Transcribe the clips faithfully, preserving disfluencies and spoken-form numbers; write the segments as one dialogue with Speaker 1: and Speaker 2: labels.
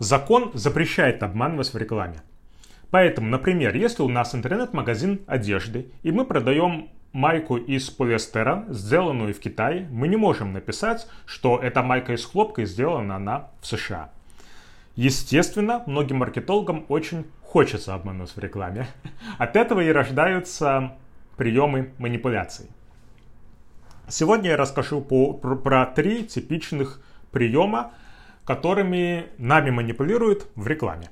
Speaker 1: закон запрещает обманывать в рекламе. Поэтому, например, если у нас интернет-магазин одежды, и мы продаем майку из полиэстера, сделанную в Китае, мы не можем написать, что эта майка из хлопка и сделана она в США. Естественно, многим маркетологам очень хочется обмануть в рекламе. От этого и рождаются приемы манипуляций. Сегодня я расскажу по, про, про три типичных приема, которыми нами манипулируют в рекламе.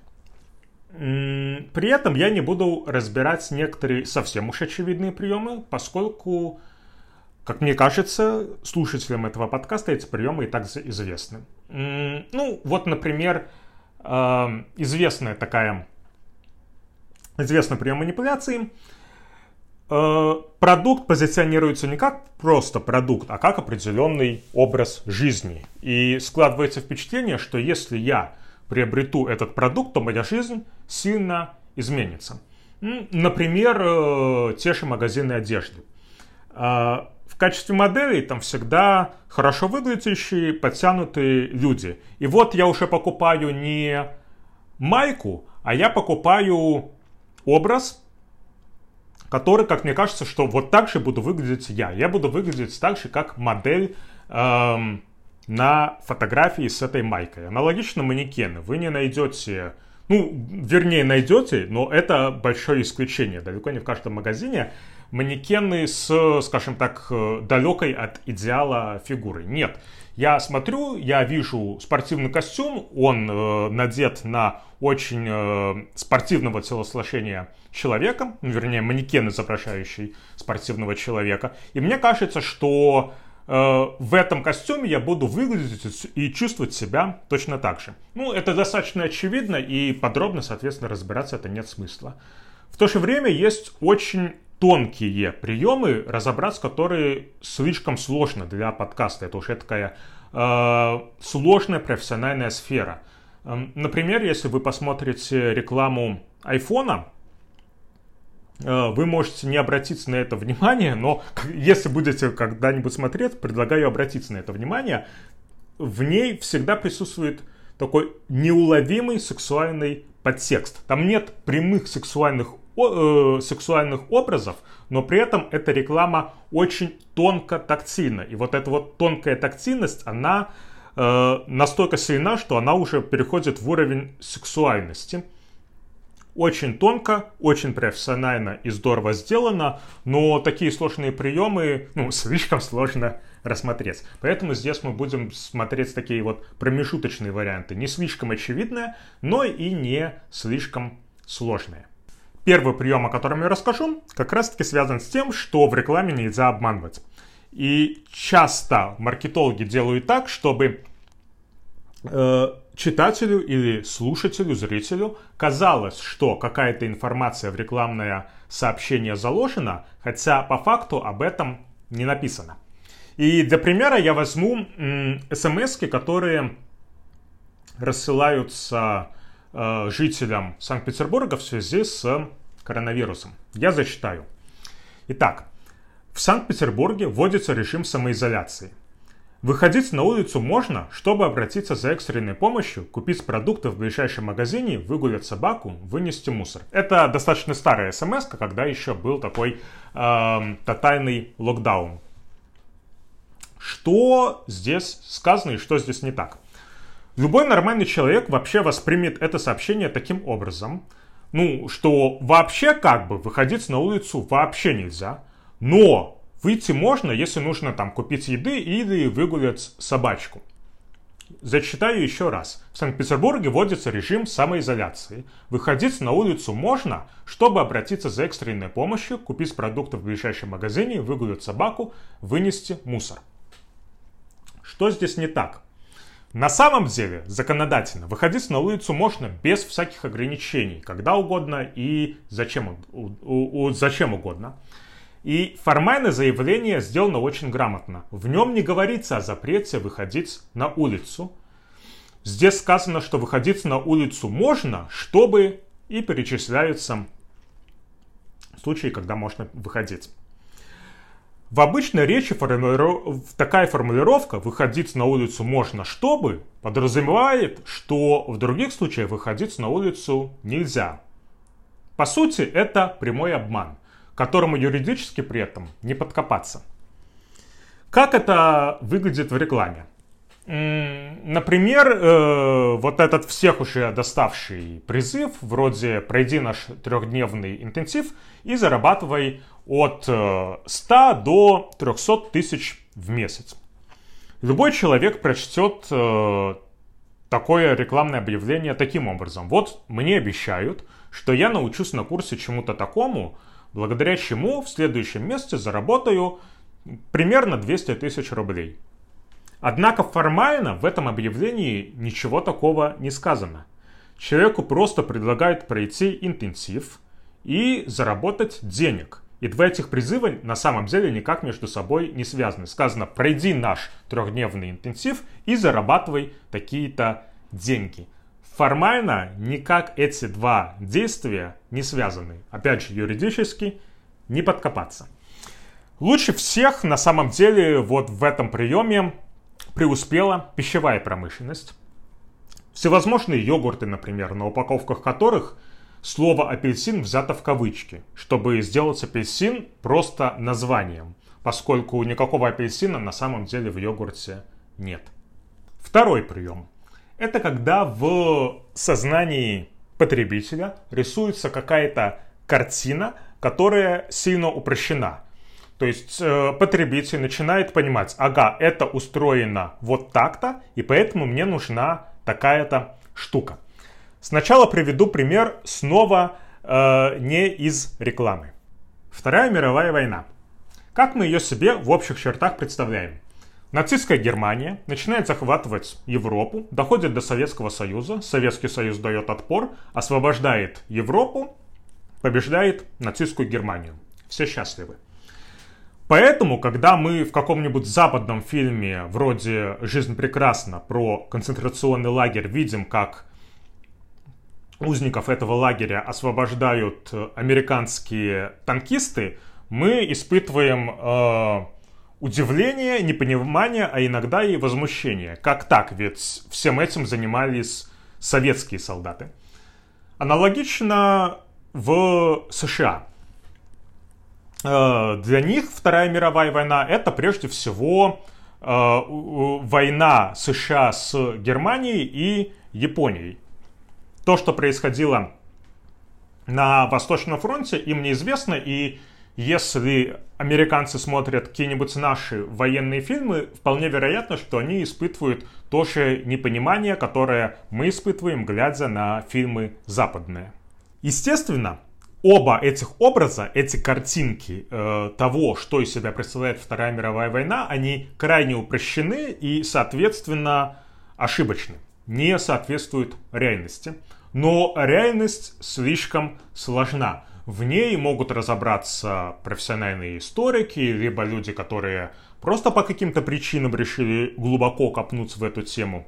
Speaker 1: При этом я не буду разбирать некоторые совсем уж очевидные приемы, поскольку, как мне кажется, слушателям этого подкаста эти приемы и так известны. Ну, вот, например, известная такая, известный прием манипуляции. Продукт позиционируется не как просто продукт, а как определенный образ жизни. И складывается впечатление, что если я приобрету этот продукт, то моя жизнь сильно изменится. Например, те же магазины одежды. В качестве моделей там всегда хорошо выглядящие, подтянутые люди. И вот я уже покупаю не майку, а я покупаю образ, который, как мне кажется, что вот так же буду выглядеть я. Я буду выглядеть так же, как модель эм, на фотографии с этой майкой. Аналогично манекены. Вы не найдете, ну, вернее, найдете, но это большое исключение. Далеко не в каждом магазине манекены с, скажем так, далекой от идеала фигуры. Нет. Я смотрю, я вижу спортивный костюм, он э, надет на очень э, спортивного телосложения человека, вернее, манекен, изображающий спортивного человека. И мне кажется, что э, в этом костюме я буду выглядеть и чувствовать себя точно так же. Ну, это достаточно очевидно, и подробно, соответственно, разбираться это нет смысла. В то же время есть очень тонкие приемы, разобраться которые слишком сложно для подкаста. Это уже такая э, сложная профессиональная сфера. Э, например, если вы посмотрите рекламу айфона, э, вы можете не обратить на это внимание, но если будете когда-нибудь смотреть, предлагаю обратиться на это внимание. В ней всегда присутствует такой неуловимый сексуальный подтекст. Там нет прямых сексуальных сексуальных образов, но при этом эта реклама очень тонко тактильна. И вот эта вот тонкая тактильность, она э, настолько сильна, что она уже переходит в уровень сексуальности. Очень тонко, очень профессионально и здорово сделано, но такие сложные приемы, ну, слишком сложно рассмотреть. Поэтому здесь мы будем смотреть такие вот промежуточные варианты. Не слишком очевидные, но и не слишком сложные. Первый прием, о котором я расскажу, как раз таки связан с тем, что в рекламе нельзя обманывать. И часто маркетологи делают так, чтобы э, читателю или слушателю, зрителю казалось, что какая-то информация в рекламное сообщение заложена, хотя по факту об этом не написано. И для примера я возьму м, смс-ки, которые рассылаются жителям Санкт-Петербурга в связи с коронавирусом. Я зачитаю. Итак, в Санкт-Петербурге вводится режим самоизоляции. Выходить на улицу можно, чтобы обратиться за экстренной помощью, купить продукты в ближайшем магазине, выгулять собаку, вынести мусор. Это достаточно старая смс, когда еще был такой э, тотальный локдаун. Что здесь сказано и что здесь не так? Любой нормальный человек вообще воспримет это сообщение таким образом, ну, что вообще как бы выходить на улицу вообще нельзя, но выйти можно, если нужно там купить еды или выгулять собачку. Зачитаю еще раз. В Санкт-Петербурге вводится режим самоизоляции. Выходить на улицу можно, чтобы обратиться за экстренной помощью, купить продукты в ближайшем магазине, выгулять собаку, вынести мусор. Что здесь не так? На самом деле, законодательно, выходить на улицу можно без всяких ограничений, когда угодно и зачем, у, у, у, зачем угодно. И формальное заявление сделано очень грамотно. В нем не говорится о запрете выходить на улицу. Здесь сказано, что выходить на улицу можно, чтобы и перечисляются случаи, когда можно выходить. В обычной речи формулиров... такая формулировка «выходить на улицу можно, чтобы» подразумевает, что в других случаях выходить на улицу нельзя. По сути, это прямой обман, к которому юридически при этом не подкопаться. Как это выглядит в рекламе? Например, э, вот этот всех уже доставший призыв, вроде «пройди наш трехдневный интенсив и зарабатывай от ста до трехсот тысяч в месяц». Любой человек прочтет э, такое рекламное объявление таким образом. Вот мне обещают, что я научусь на курсе чему-то такому, благодаря чему в следующем месяце заработаю примерно двести тысяч рублей. Однако формально в этом объявлении ничего такого не сказано. Человеку просто предлагают пройти интенсив и заработать денег. И два этих призыва на самом деле никак между собой не связаны. Сказано: пройди наш трехдневный интенсив и зарабатывай такие-то деньги. Формально никак эти два действия не связаны. Опять же, юридически не подкопаться. Лучше всех на самом деле вот в этом приеме преуспела пищевая промышленность. Всевозможные йогурты, например, на упаковках которых слово «апельсин» взято в кавычки, чтобы сделать апельсин просто названием, поскольку никакого апельсина на самом деле в йогурте нет. Второй прием. Это когда в сознании потребителя рисуется какая-то картина, которая сильно упрощена. То есть э, потребитель начинает понимать: ага, это устроено вот так-то, и поэтому мне нужна такая-то штука. Сначала приведу пример снова э, не из рекламы. Вторая мировая война. Как мы ее себе в общих чертах представляем? Нацистская Германия начинает захватывать Европу, доходит до Советского Союза, Советский Союз дает отпор, освобождает Европу, побеждает нацистскую Германию. Все счастливы. Поэтому, когда мы в каком-нибудь западном фильме вроде «Жизнь прекрасна» про концентрационный лагерь видим, как узников этого лагеря освобождают американские танкисты, мы испытываем э, удивление, непонимание, а иногда и возмущение. Как так? Ведь всем этим занимались советские солдаты. Аналогично в США. Для них Вторая мировая война — это прежде всего э, война США с Германией и Японией. То, что происходило на Восточном фронте, им неизвестно, и если американцы смотрят какие-нибудь наши военные фильмы, вполне вероятно, что они испытывают то же непонимание, которое мы испытываем, глядя на фильмы западные. Естественно, оба этих образа, эти картинки э, того, что из себя представляет Вторая мировая война, они крайне упрощены и, соответственно, ошибочны, не соответствуют реальности. Но реальность слишком сложна. В ней могут разобраться профессиональные историки, либо люди, которые просто по каким-то причинам решили глубоко копнуть в эту тему.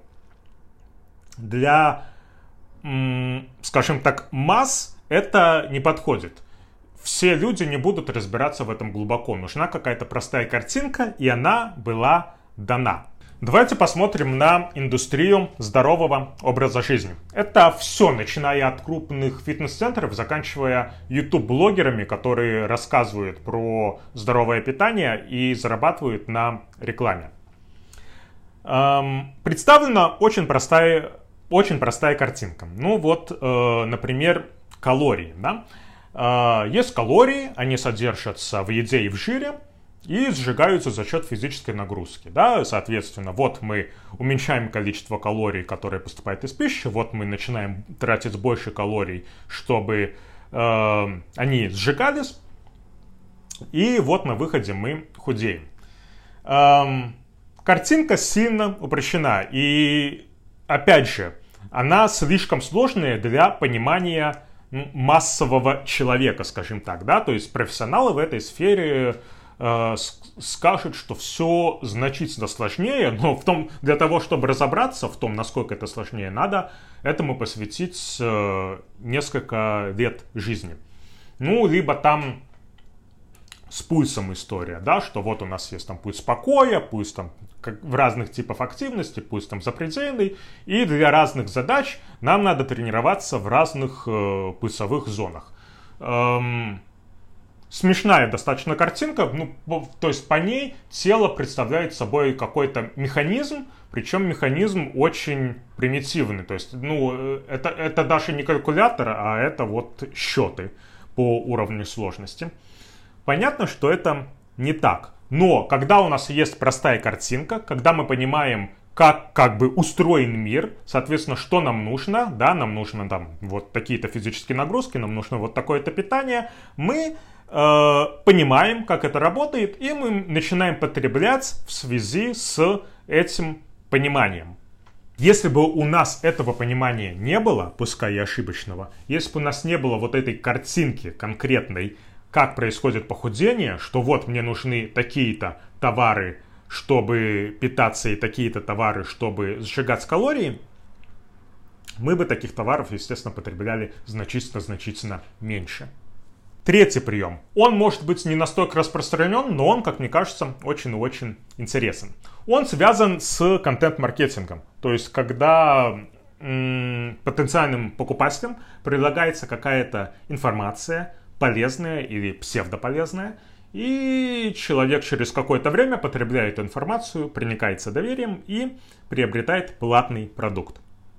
Speaker 1: Для, м, скажем так, масс это не подходит. Все люди не будут разбираться в этом глубоко. Нужна какая-то простая картинка, и она была дана. Давайте посмотрим на индустрию здорового образа жизни. Это все, начиная от крупных фитнес-центров, заканчивая ютуб-блогерами, которые рассказывают про здоровое питание и зарабатывают на рекламе. Эм, представлена очень простая, очень простая картинка. Ну вот, э, например, калории. Да? Э, есть калории, они содержатся в еде и в жире, и сжигаются за счет физической нагрузки. Да? Соответственно, вот мы уменьшаем количество калорий, которые поступают из пищи, вот мы начинаем тратить больше калорий, чтобы э, они сжигались, и вот на выходе мы худеем. Эм, картинка сильно упрощена, и опять же, она слишком сложная для понимания массового человека, скажем так. Да? То есть профессионалы в этой сфере скажет, что все значительно сложнее, но в том, для того, чтобы разобраться в том, насколько это сложнее, надо этому посвятить несколько лет жизни. Ну, либо там с пульсом история, да, что вот у нас есть там пульс покоя, пульс там как в разных типах активности, пульс там запредельный, и для разных задач нам надо тренироваться в разных э, пульсовых зонах. Эм, смешная достаточно картинка, ну, то есть по ней тело представляет собой какой-то механизм, причем механизм очень примитивный, то есть, ну, это, это даже не калькулятор, а это вот счеты по уровню сложности. Понятно, что это не так. Но когда у нас есть простая картинка, когда мы понимаем, как, как бы устроен мир, соответственно, что нам нужно, да, нам нужно там вот такие-то физические нагрузки, нам нужно вот такое-то питание, мы э, понимаем, как это работает, и мы начинаем потреблять в связи с этим пониманием. Если бы у нас этого понимания не было, пускай и ошибочного, если бы у нас не было вот этой картинки конкретной, как происходит похудение, что вот мне нужны такие-то товары, чтобы питаться, и такие-то товары, чтобы сжигать калории, мы бы таких товаров, естественно, потребляли значительно-значительно меньше. Третий прием. Он может быть не настолько распространен, но он, как мне кажется, очень и очень интересен. Он связан с контент-маркетингом. То есть, когда м- потенциальным покупателям предлагается какая-то информация, полезная или псевдополезная, и человек через какое-то время потребляет эту информацию, проникается доверием и приобретает платный продукт.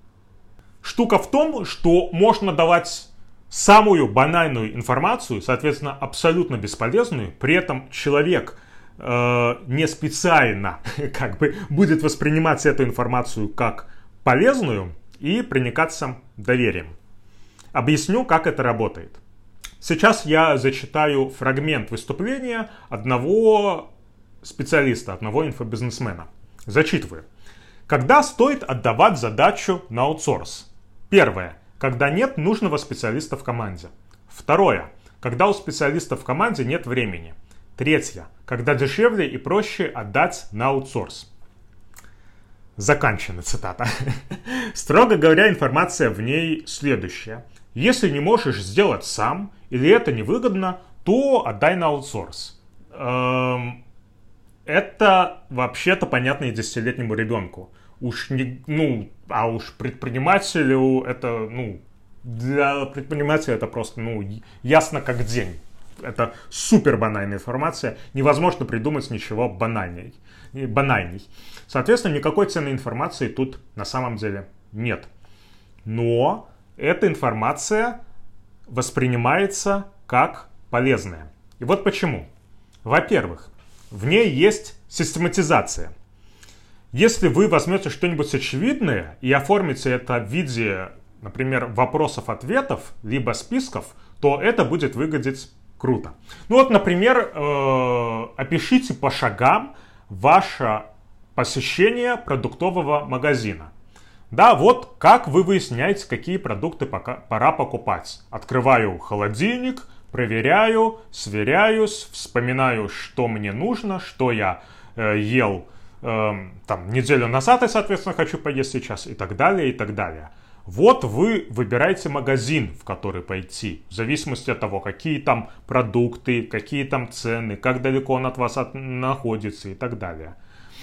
Speaker 1: Штука в том, что можно давать самую банальную информацию, соответственно, абсолютно бесполезную, при этом человек э, не специально как бы будет воспринимать эту информацию как полезную и проникаться доверием. Объясню, как это работает. Сейчас я зачитаю фрагмент выступления одного специалиста, одного инфобизнесмена. Зачитываю. Когда стоит отдавать задачу на аутсорс? Первое. Когда нет нужного специалиста в команде. Второе. Когда у специалиста в команде нет времени. Третье. Когда дешевле и проще отдать на аутсорс. Заканчивается цитата. Строго говоря, информация в ней следующая. Если не можешь сделать сам, или это невыгодно, то отдай на аутсорс. Эм, это вообще-то понятно и десятилетнему ребенку. Уж не, ну, а уж предпринимателю это, ну, для предпринимателя это просто, ну, ясно как день. Это супер банальная информация. Невозможно придумать ничего банальней, банальней. Соответственно, никакой ценной информации тут на самом деле нет. Но эта информация воспринимается как полезная. И вот почему. Во-первых, в ней есть систематизация. Если вы возьмете что-нибудь очевидное и оформите это в виде, например, вопросов-ответов, либо списков, то это будет выглядеть круто. Ну вот, например, э, опишите по шагам ваше посещение продуктового магазина. Да, вот как вы выясняете, какие продукты пока пора покупать. Открываю холодильник, проверяю, сверяюсь, вспоминаю, что мне нужно, что я э, ел э, там, неделю назад и, соответственно, хочу поесть сейчас и так далее, и так далее. Вот вы выбираете магазин, в который пойти, в зависимости от того, какие там продукты, какие там цены, как далеко он от вас от, находится и так далее.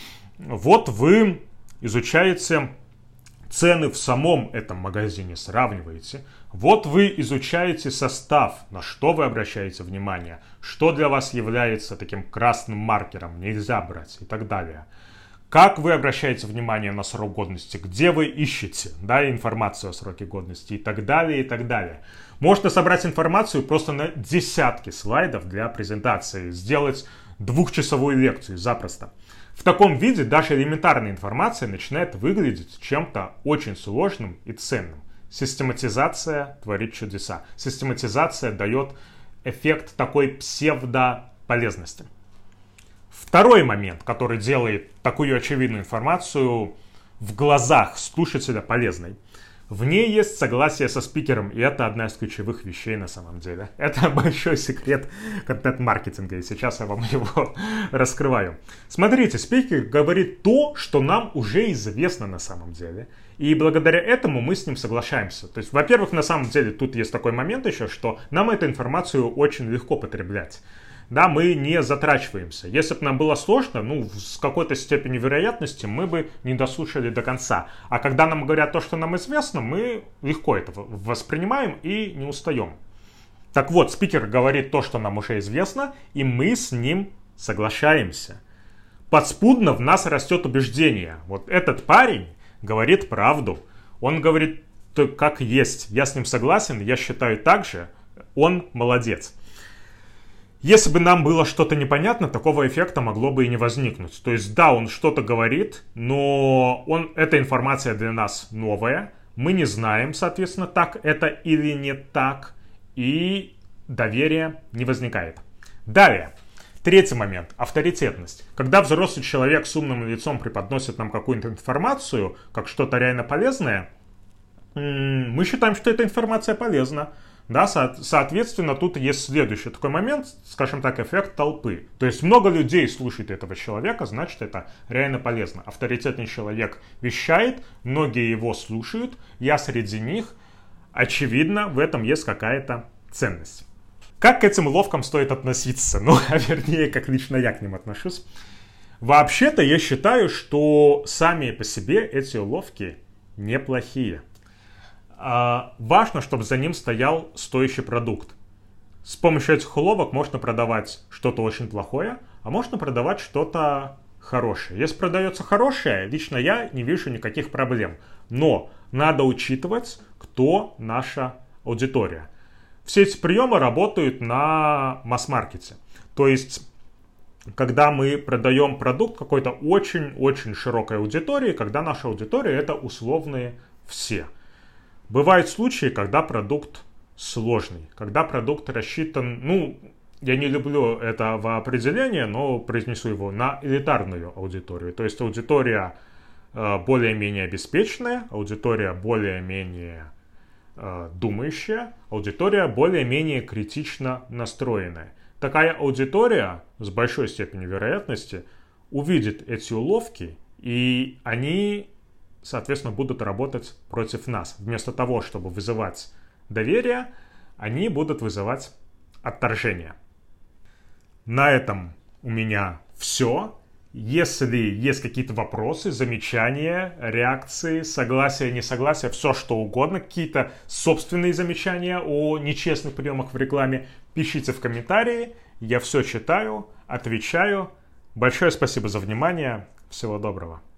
Speaker 1: Вот вы изучаете цены в самом этом магазине, сравниваете. Вот вы изучаете состав, на что вы обращаете внимание, что для вас является таким красным маркером, нельзя брать и так далее. Как вы обращаете внимание на срок годности, где вы ищете, да, информацию о сроке годности и так далее, и так далее. Можно собрать информацию просто на десятки слайдов для презентации, сделать двухчасовую лекцию запросто. В таком виде даже элементарная информация начинает выглядеть чем-то очень сложным и ценным. Систематизация творит чудеса. Систематизация дает эффект такой псевдополезности. Второй момент, который делает такую очевидную информацию в глазах слушателя полезной. В ней есть согласие со спикером, и это одна из ключевых вещей на самом деле. Это большой секрет контент-маркетинга, и сейчас я вам его раскрываю. Смотрите, спикер говорит то, что нам уже известно на самом деле, и благодаря этому мы с ним соглашаемся. То есть, во-первых, на самом деле тут есть такой момент еще, что нам эту информацию очень легко потреблять. да, мы не затрачиваемся. Если бы нам было сложно, ну, с какой-то степенью вероятности мы бы не дослушали до конца. А когда нам говорят то, что нам известно, мы легко это воспринимаем и не устаем. Так вот, спикер говорит то, что нам уже известно, и мы с ним соглашаемся. Подспудно в нас растет убеждение. Вот этот парень говорит правду. Он говорит, как есть. Я с ним согласен, я считаю так же. Он молодец. Если бы нам было что-то непонятно, такого эффекта могло бы и не возникнуть. То есть, да, он что-то говорит, но он, эта информация для нас новая. Мы не знаем, соответственно, так это или не так. И доверие не возникает. Далее. Третий момент. Авторитетность. Когда взрослый человек с умным лицом преподносит нам какую-то информацию, как что-то реально полезное, мы считаем, что эта информация полезна. Да, со- соответственно, тут есть следующий такой момент, скажем так, эффект толпы. То есть много людей слушает этого человека, значит, это реально полезно. Авторитетный человек вещает, многие его слушают, я среди них. Очевидно, в этом есть какая-то ценность. Как к этим уловкам стоит относиться? Ну, а вернее, как лично я к ним отношусь. Вообще-то я считаю, что сами по себе эти уловки неплохие. А важно, чтобы за ним стоял стоящий продукт. С помощью этих уловок можно продавать что-то очень плохое, а можно продавать что-то хорошее. Если продается хорошее, лично я не вижу никаких проблем. Но надо учитывать, кто наша аудитория. Все эти приемы работают на масс-маркете. То есть, когда мы продаем продукт какой-то очень-очень широкой аудитории, когда наша аудитория это условные все. Бывают случаи, когда продукт сложный, когда продукт рассчитан, ну, я не люблю этого определения, но произнесу его, на элитарную аудиторию. То есть аудитория э, более-менее обеспеченная, аудитория более-менее э, думающая, аудитория более-менее критично настроенная. Такая аудитория с большой степенью вероятности увидит эти уловки, и они, соответственно, будут работать против нас. Вместо того, чтобы вызывать доверие, они будут вызывать отторжение. На этом у меня все. Если есть какие-то вопросы, замечания, реакции, согласия, несогласия, все что угодно, какие-то собственные замечания о нечестных приемах в рекламе, пишите в комментарии. Я все читаю, отвечаю. Большое спасибо за внимание. Всего доброго.